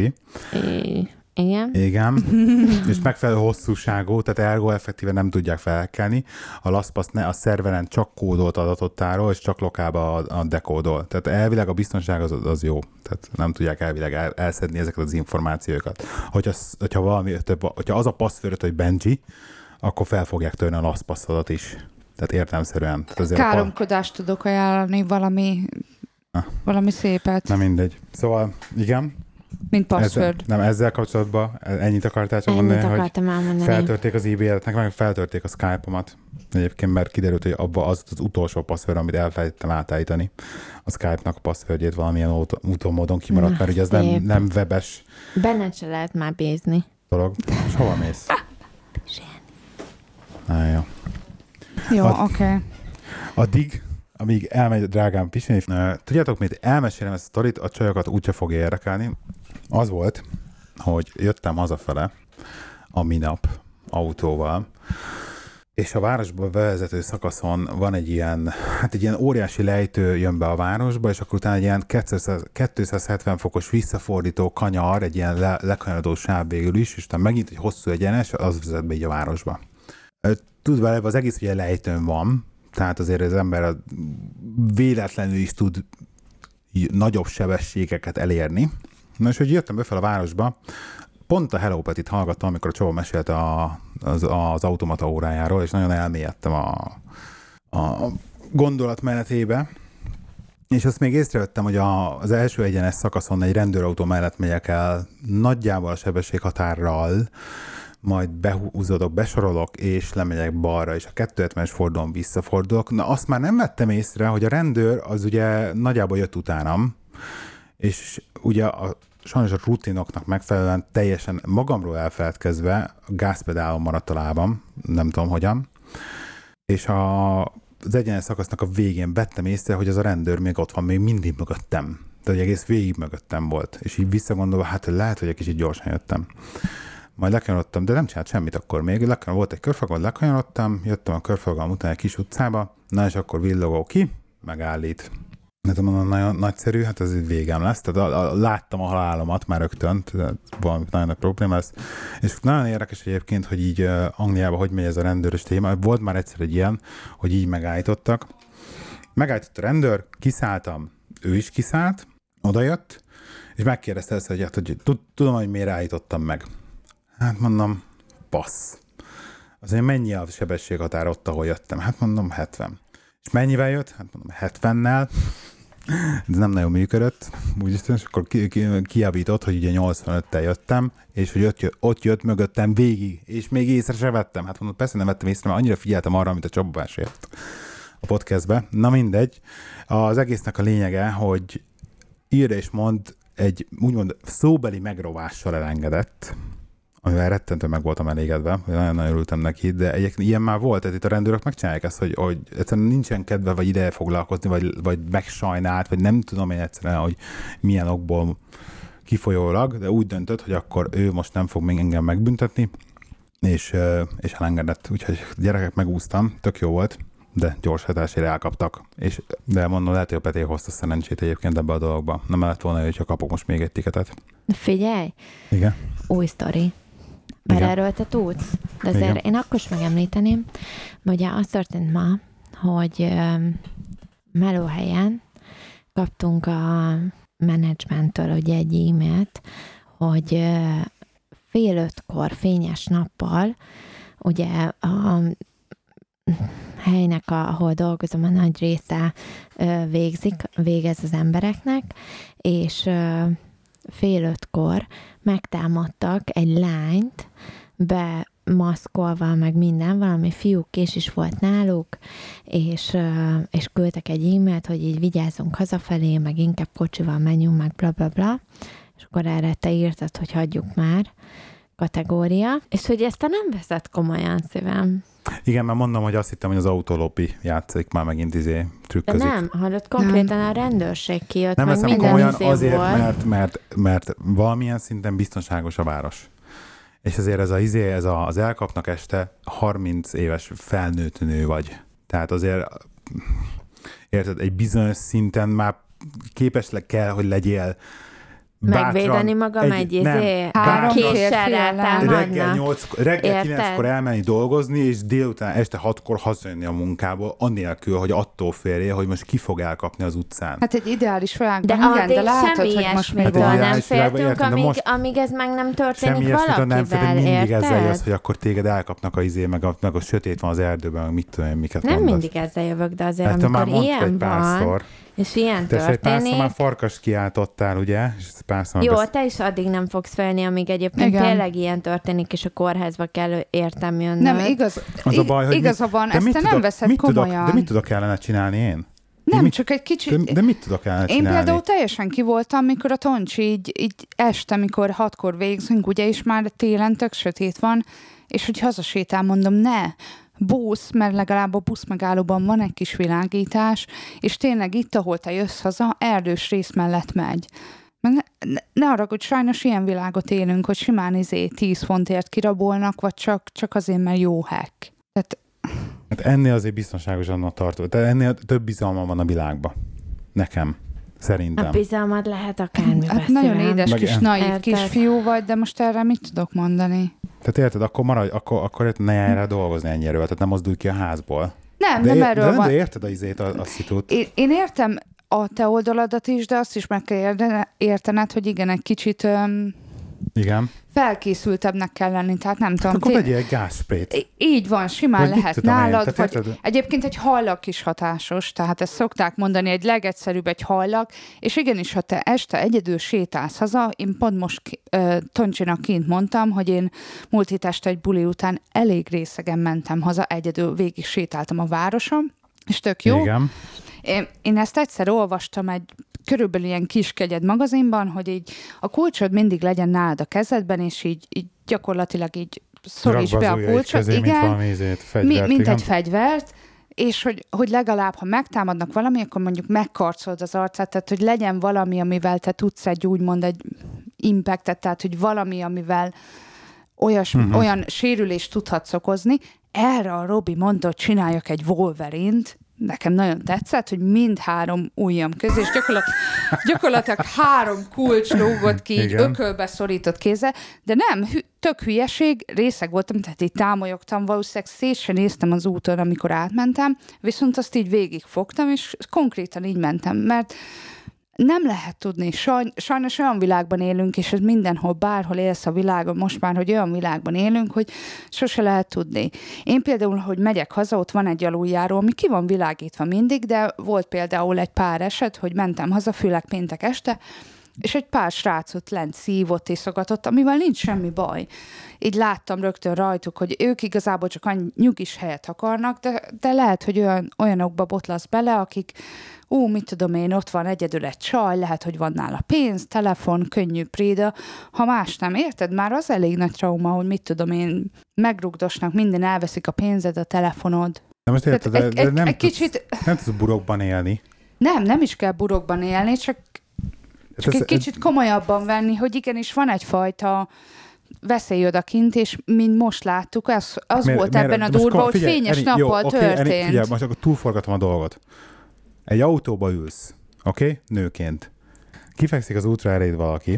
I- igen. Igen. És megfelelő hosszúságú, tehát ergo effektíven nem tudják felkelni. A LastPass ne, a szerveren csak kódolt adatot tárol, és csak lokálba a, a dekódol. Tehát elvileg a biztonság az, az jó. Tehát nem tudják elvileg el, elszedni ezeket az információkat. Hogyha, hogyha, valami, hogyha az a password, hogy Benji, akkor fel fogják törni a LastPassodat is. Tehát értelemszerűen. Tehát Káromkodást a... tudok ajánlani, valami, ah. valami szépet. Nem mindegy. Szóval, igen. Mint password. Ezzel, nem, ezzel kapcsolatban ennyit akartál csak mondani, hogy elmondani. Feltörték az e-mailet, meg feltörték a Skype-omat. Egyébként, mert kiderült, hogy abba az az utolsó password, amit elfelejtettem átállítani. A Skype-nak a passwordjét valamilyen úton-módon kimaradt, mert ugye az nem, nem webes. Benned se lehet már bízni. Dolog. És hova mész? Na, jó. Jó, oké. Okay. Addig, amíg elmegy a drágám pisilni, tudjátok mit, elmesélem ezt a sztorit, a csajokat úgyse fogja érdekelni. Az volt, hogy jöttem hazafele a minap autóval, és a városba vezető szakaszon van egy ilyen, hát egy ilyen óriási lejtő jön be a városba, és akkor utána egy ilyen kétszázhetven fokos visszafordító kanyar, egy ilyen le, lekanyarodó sáv végül is, és utána megint egy hosszú egyenes, az vezet be így a városba. Tudva, az egész ugye lejtőn van, tehát azért az ember véletlenül is tud nagyobb sebességeket elérni. Na és hogy jöttem be fel a városba, pont a Hello Petit hallgattam, amikor a Csaba mesélt a, az, az automata órájáról, és nagyon elmélyedtem a, a gondolatmenetébe. És azt még észrevettem, hogy a, az első egyenes szakaszon egy rendőrautó mellett megyek el nagyjából a sebességhatárral, majd behúzódok, besorolok, és lemegyek balra, és a kétszázhetvenes fordulón visszafordulok. Na azt már nem vettem észre, hogy a rendőr az ugye nagyjából jött utánam, és ugye a, sajnos a rutinoknak megfelelően teljesen magamról elfeledkezve a gázpedálon maradt a lábam, nem tudom hogyan, és a, az egyenes szakasznak a végén vettem észre, hogy az a rendőr még ott van, még mindig mögöttem. Tehát egész végig mögöttem volt, és így visszagondolva, hát lehet, hogy egy kicsit gyorsan jöttem. Majd lekanyarodtam, de nem csinált semmit akkor még. Lekanyarodtam, volt egy körforgalom, lekanyarodtam, jöttem a körforgalom után egy kis utcába, na és akkor villogó ki, megállít. Hát mondom, nagyon nagyszerű, hát ez így végem lesz. Tehát a, a, láttam a halálomat már rögtön, tehát valami nagyon nagy probléma lesz. És nagyon érdekes egyébként, hogy így uh, Angliában hogy megy ez a rendőrös téma. Volt már egyszer egy ilyen, hogy így megállítottak. Megállított a rendőr, kiszálltam, ő is kiszállt, odajött, és megkérdezte ezt, hogy, hát, hogy tudom, hogy miért állítottam meg. Hát mondom, passz. Azért mennyi a sebességhatár ott, ahol jöttem? Hát mondom hetven. És mennyivel jött? Hát mondom hetvennel. Ez nem nagyon működött. Úgyis, és akkor ki, ki, kiabított, hogy ugye nyolcvanöttel jöttem, és hogy ott jött, ott jött mögöttem végig, és még észre se vettem. Hát mondom, persze nem vettem észre, mert annyira figyeltem arra, amit a Csababás ért a podcastbe. Na mindegy. Az egésznek a lényege, hogy írd és mond egy úgymond szóbeli megrovással elengedett, amivel rettentően meg voltam elégedve, nagyon-nagyon örültem neki, de egyébként ilyen már volt, tehát itt a rendőrök megcsinálják ezt, hogy, hogy egyszerűen nincsen kedve, vagy ideje foglalkozni, vagy, vagy megsajnált, vagy nem tudom én egyszerűen, hogy milyen okból kifolyólag, de úgy döntött, hogy akkor ő most nem fog még engem megbüntetni, és, és elengedett. Úgyhogy gyerekek, megúsztam, tök jó volt, de gyors hatásére elkaptak. És, de mondom, lehet, hogy a Peté hozta szerencsét egyébként ebbe a dologba. Nem lehet volna, hogyha kapok most még egy tiketet. Figyelj! Igen? Új sztori. Bár erről te tudsz. De azért igen. Én akkor is megemlíteném, ugye az történt ma, hogy melóhelyen kaptunk a menedzsmenttől ugye egy e-mailt, hogy fél ötkor fényes nappal ugye a helynek, ahol dolgozom, a nagy része végzik, végez az embereknek, és fél ötkor megtámadtak egy lányt, bemaszkolva, meg minden, valami fiúk kés is volt náluk, és, és küldtek egy e-mailt, hogy így vigyázzunk hazafelé, meg inkább kocsival menjünk, meg bla bla bla, és akkor erre te írtad, hogy hagyjuk már, kategória, és hogy ezt te nem veszed komolyan, szívem. Igen, mert mondom, hogy azt hittem, hogy az autolópi játszik, már megint izé trükközik. De nem, hallott, konkrétan nem. A rendőrség kijött, nem meg veszem minden komolyan izé azért, volt. mert, mert, mert valamilyen szinten biztonságos a város. És azért ez, a, izé, ez a, az elkapnak este harminc éves felnőtt nő vagy. Tehát azért, érted, egy bizonyos szinten már képes le kell, hogy legyél megvédeni magam egy, egy izé, késsel reggel, nyolc, reggel kilenckor elmenni dolgozni, és délután este hatkor hazajönni a munkából, annélkül, hogy attól félje, hogy most ki fog elkapni az utcán. Hát egy ideális világban, de igen, de látod, hogy most még van. Nem féltünk, amíg, most amíg ez meg nem történik valakivel, nem féltünk, mindig érted? ezzel jössz, hogy akkor téged elkapnak a izé, meg a, meg a sötét van az erdőben, meg mit tudom, miket nem mondasz. Mindig ezzel jövök, de azért, amikor ilyen van, és ilyen te történik. Te egy párszor már farkas kiáltottál, ugye? És jó, besz... te is addig nem fogsz félni, amíg egyébként igen. Tényleg ilyen történik, és a kórházba kell értem jönnöd. Nem, igaz, az a baj, hogy igaza van, ezt te tudok, nem veszed komolyan. Tudok, de mit tudok kellene csinálni én? Nem, mit, csak egy kicsit... De, de mit tudok kellene én csinálni? Én például teljesen ki voltam, mikor a Toncsi így, így este, mikor hatkor végzünk, ugye, és már télen tök sötét van, és hogy hazasétál, mondom, ne, busz, mert legalább a buszmegállóban van egy kis világítás, és tényleg itt, ahol te jössz haza, erdős rész mellett megy. Meg ne, ne, ne arra, hogy sajnos ilyen világot élünk, hogy simán izé tíz fontért kirabolnak, vagy csak, csak azért, mert jó hack. Tehát... Hát ennél azért biztonságosan tartó. Tehát ennél több bizalma van a világban. Nekem. Szerintem. A bizalmad lehet akármiben. Hát nagyon édes meg kis, naív kisfiú vagy, de most erre mit tudok mondani? Tehát érted, akkor maradj, akkor, akkor ne járj rá dolgozni ennyire, tehát nem mozdulj ki a házból. Nem, de nem ér, erről de, van. De érted a izét, a, a szitút? Én, én értem a te oldaladat is, de azt is meg kell értened, hogy igen, egy kicsit öm, igen. felkészültebbnek kell lenni, tehát nem tudom. Akkor vegyél egy gázsprét. Így van, simán vagy lehet nálad, én, vagy érted? Egyébként egy hallak is hatásos, tehát ezt szokták mondani, egy legegyszerűbb egy hallak, és igenis, ha te este egyedül sétálsz haza, én pont most uh, Toncsinak kint mondtam, hogy én múlt hét este egy buli után elég részegen mentem haza, egyedül végig sétáltam a városon, és tök jó. Igen. Én, én ezt egyszer olvastam egy körülbelül ilyen kiskegyed magazinban, hogy így a kulcsod mindig legyen nálad a kezedben, és így, így gyakorlatilag így szoríts be a kulcsot. Közé, igen, mint, izét, fegyvert, mint igen. egy fegyvert, és hogy, hogy legalább, ha megtámadnak valami, akkor mondjuk megkarcolod az arcát, tehát hogy legyen valami, amivel te tudsz egy úgymond egy impactet, tehát hogy valami, amivel olyas, uh-huh. olyan sérülést tudhatsz okozni. Erre a Robi mondott, csináljak egy Wolverine-t, nekem nagyon tetszett, hogy mind három ujjam közé, és gyakorlatilag, gyakorlatilag három kulcs lógott ki, így ökölbe szorított kézzel, de nem, hü, tök hülyeség, részeg voltam, tehát így támolyogtam, valószínűleg szét sem néztem az úton, amikor átmentem, viszont azt így végigfogtam, és konkrétan így mentem, mert Nem lehet tudni. Saj, sajnos olyan világban élünk, és ez mindenhol, bárhol élsz a világon, most már, hogy olyan világban élünk, hogy sose lehet tudni. Én például, hogy megyek haza, ott van egy aluljáró, ami ki van világítva mindig, de volt például egy pár eset, hogy mentem haza, főleg péntek este, és egy pár srácot lent szívott és szogatott, amivel nincs semmi baj. Így láttam rögtön rajtuk, hogy ők igazából csak annyi nyugis helyet akarnak, de, de lehet, hogy olyan, olyanokba botlasz bele, akik ú, mit tudom én, ott van egyedül egy csaj, lehet, hogy van nála pénz, telefon, könnyű préda. Ha más nem, érted? Már az elég nagy trauma, hogy mit tudom én, megrugdosnak, minden, elveszik a pénzed, a telefonod. De most érted, de, de egy, nem, egy tudsz, kicsit... nem tudsz burokban élni. Nem, nem is kell burokban élni, csak, csak ez, egy kicsit komolyabban venni, hogy igenis van egyfajta veszély odakint, és mint most láttuk, az, az miért, volt miért, ebben a durva, hogy fényes Eni, nappal jó, történt. Okay, Eni, figyelj, most akkor túlforgatom a dolgot. Egy autóba ülsz, oké? Okay? Nőként. Kifekszik az útra eléd valaki,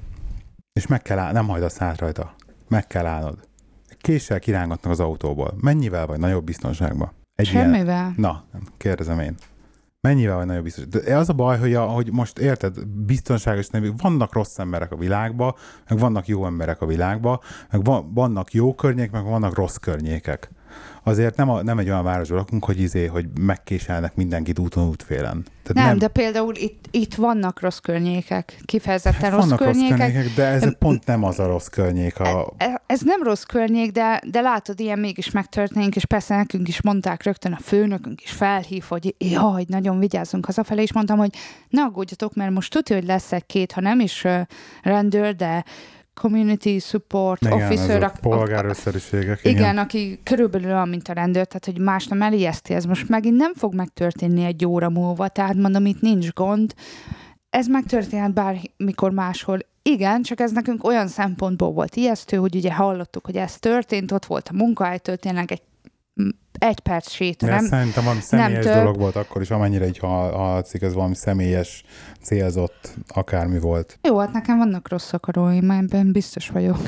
és meg kell áll, nem hajdasz át rajta. Meg kell állnod. Késsel kirángatnak az autóból. Mennyivel vagy nagyobb biztonságban? Egy Semmivel. Ilyen... Na, kérdezem én. Mennyivel vagy nagyobb biztonságban? De az a baj, hogy, a, hogy most érted, biztonságos nem, vannak rossz emberek a világban, meg vannak jó emberek a világban, meg van, vannak jó környékek, meg vannak rossz környékek. Azért nem, a, nem egy olyan városban lakunk, hogy izé, hogy megkéselnek mindenkit úton, útfélen. Nem, nem, de például itt, itt vannak rossz környékek, kifejezetten hát rossz vannak környékek. Rossz környékek, de ez em, pont nem az a rossz környék. A... Ez nem rossz környék, de, de látod, ilyen mégis megtörténik, és persze nekünk is mondták rögtön, a főnökünk is felhív, hogy jaj, nagyon vigyázzunk hazafelé, és mondtam, hogy ne aggódjatok, mert most tudja, hogy lesz egy-két, ha nem is uh, rendőr, de community support igen, officer. A polgárőszerűségek. Igen, igen, aki körülbelül olyan, mint a rendőr, tehát hogy más nem elijeszti, ez most megint nem fog megtörténni egy óra múlva, tehát mondom, itt nincs gond. Ez megtörténhet bármikor máshol. Igen, csak ez nekünk olyan szempontból volt ijesztő, hogy ugye hallottuk, hogy ez történt, ott volt a munkahelytől, tényleg egy egy perc séta. Nem, szerintem valami személyes dolog volt akkor is, amennyire így hallatszik, ez valami személyes, célzott, akármi volt. Jó, hát nekem vannak rossz akaróim, ebben biztos vagyok.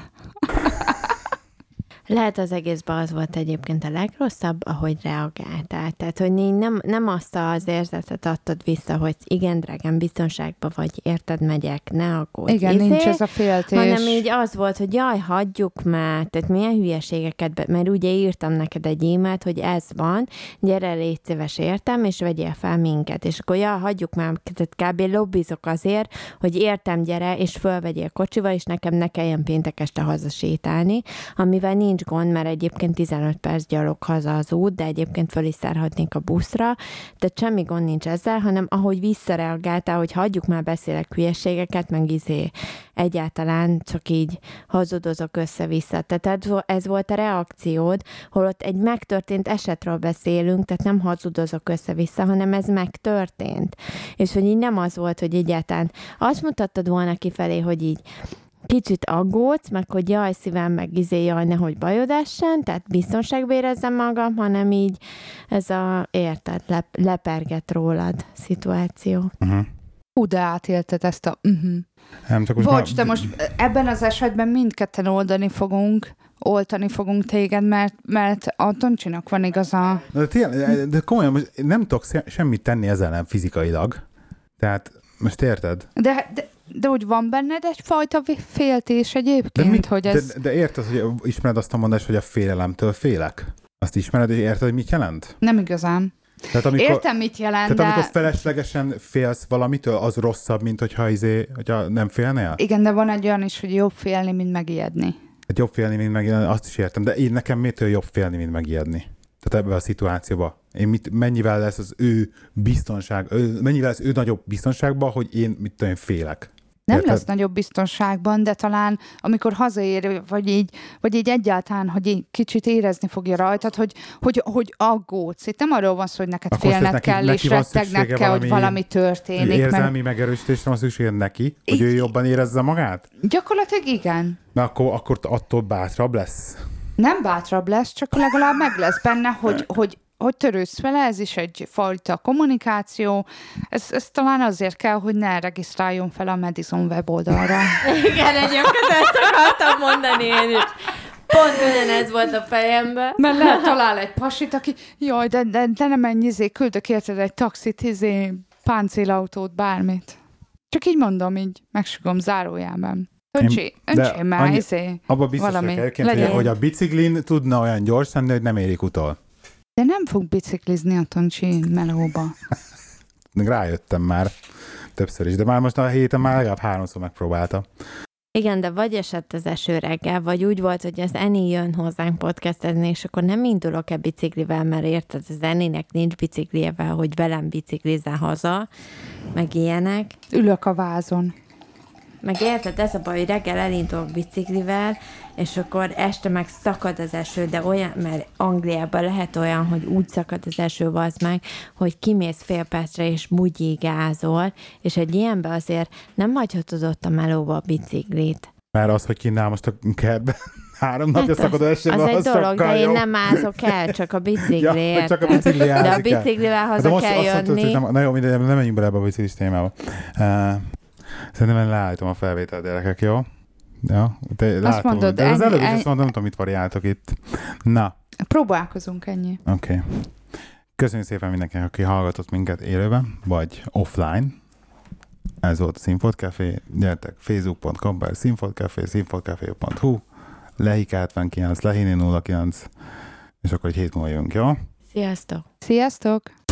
Lehet az egészben az volt egyébként a legrosszabb, ahogy reagáltál. Tehát, hogy nem, nem azt az érzetet adtad vissza, hogy igen, drágám, biztonságban vagy, érted, megyek, ne aggódj. Igen, izé, nincs ez a féltés. Hanem így az volt, hogy jaj, hagyjuk már, tehát milyen hülyeségeket, be, mert ugye írtam neked egy e-mailt, hogy ez van, gyere, légy szíves, értem, és vegyél fel minket. És akkor jaj, hagyjuk már, tehát kb. Lobbizok azért, hogy értem, gyere, és fölvegyél kocsival, és nekem ne kelljen péntek este hazasétálni, amivel nincs nincs gond, mert egyébként tizenöt perc gyalog haza az út, de egyébként föl is szárhatnék a buszra, tehát semmi gond nincs ezzel, hanem ahogy visszareagáltál, hogy hagyjuk már beszélek hülyeségeket, meg izé egyáltalán csak így hazudozok össze-vissza. Tehát ez volt a reakciód, holott egy megtörtént esetről beszélünk, tehát nem hazudozok össze-vissza, hanem ez megtörtént. És hogy így nem az volt, hogy egyáltalán azt mutattad volna kifelé, hogy így kicsit aggódsz, meg hogy jaj, szívem, meg izé, jaj, nehogy bajod essen, tehát biztonságba érezzem magam, hanem így ez a, érted, lep, leperget rólad szituáció. Uh-huh. Ú, de átélted ezt a uh-huh. Nem, csak most Bocs, ma... de most ebben az esetben mindketten oldani fogunk, oltani fogunk téged, mert, mert a Toncsinak van igaza. De, tényleg, de komolyan, most nem tudok semmit tenni ezzel nem fizikailag. Tehát most érted? De, de, de úgy van benned egyfajta féltés egyébként, de mit, hogy ez... De, de érted, hogy ismered azt a mondást, hogy a félelemtől félek? Azt ismered, és érted, hogy mit jelent? Nem igazán. Tehát amikor, Értem, mit jelent, tehát de... amikor feleslegesen félsz valamitől, az rosszabb, mint hogyha, izé, hogyha nem félnél? Igen, de van egy olyan is, hogy jobb félni, mint megijedni. Hát jobb félni, mint megijedni, azt is értem, de én nekem mitől jobb félni, mint megijedni? Tehát ebben a szituációban. Én mit, mennyivel lesz az ő biztonság, ő, mennyivel lesz ő nagyobb biztonságban, hogy én mit tudom, félek. Nem Érted? lesz nagyobb biztonságban, de talán amikor hazaér, vagy így, vagy így egyáltalán, hogy így kicsit érezni fogja rajtad, hogy, hogy, hogy aggódsz. Itt nem arról van szó, hogy neked akkor félned neki, kell, neki és rettegned kell, valami, hogy valami történik. Érzelmi mert... megerősítésre van szüksége neki, hogy így, ő jobban érezze magát? Gyakorlatilag igen. Na akkor, akkor attól bátrabb lesz? Nem bátrabb lesz, csak legalább meg lesz benne, hogy, hogy hogy törődsz vele, ez is egy fajta kommunikáció. Ez, ez talán azért kell, hogy ne regisztráljon fel a Madison weboldalra. Igen, egyébként ezt akartam mondani én is. Pont ugyanez volt a fejemben. Mert lehet talál egy pasit, aki jaj, de, de, de nem menj, izé, küldök érted egy taxit, izé, páncélautót, bármit. Csak így mondom, így megsugom zárójában. Öncsi, öncsi már, annyi, izé, abba biztos valami. vagyok hogy, hogy a biciklin tudna olyan gyors lenni, hogy nem érik utol. De nem fog biciklizni a Toncsi melóba. Rájöttem már többször is, de már most a héten már legalább háromszor megpróbálta. Igen, de vagy esett az eső reggel, vagy úgy volt, hogy az Eni jön hozzánk podcastezni, és akkor nem indulok-e biciklivel, mert érted, az Eninek nincs bicikliével, hogy velem biciklizze haza, meg ilyenek. Ülök a vázon. Meg érted, ez a baj, hogy reggel elindulok biciklivel, és akkor este meg szakad az eső, de olyan, mert Angliában lehet olyan, hogy úgy szakad az eső, az meg, hogy kimész fél percre, és mugyigázol, és egy ilyenben azért nem hagyhatod ott a melóba a biciklit. Mert az, hogy kinnál most a kertben három napja Hát szakad az esőben, az, az egy dolog, de én jó. nem ázok el, csak a bicikli. Ja, csak a bicikli de a ázik el. biciklivel haza de most kell azt mondtad, jönni. hogy nem, na jó, mindegy, nem menjünk bele ebbe a biciklis témába. Uh, szerintem én leállítom a felvételt, gyerekek, jó? Ja, te azt látom, mondod, de az ennyi, előbb is ennyi... azt mondom, nem tudom, mit variáltok itt. Na. Próbálkozunk, ennyi. Oké. Okay. Köszönjük szépen mindenkinek, aki hallgatott minket élőben, vagy offline. Ez volt a Színfolt Café. Gyertek facebook pont com per Színfolt Café, színfolt café pont hu, Lehik hetvenkilenc, Lehini nulla kilenc, és akkor egy hét múlva jövünk, jó? Sziasztok! Sziasztok!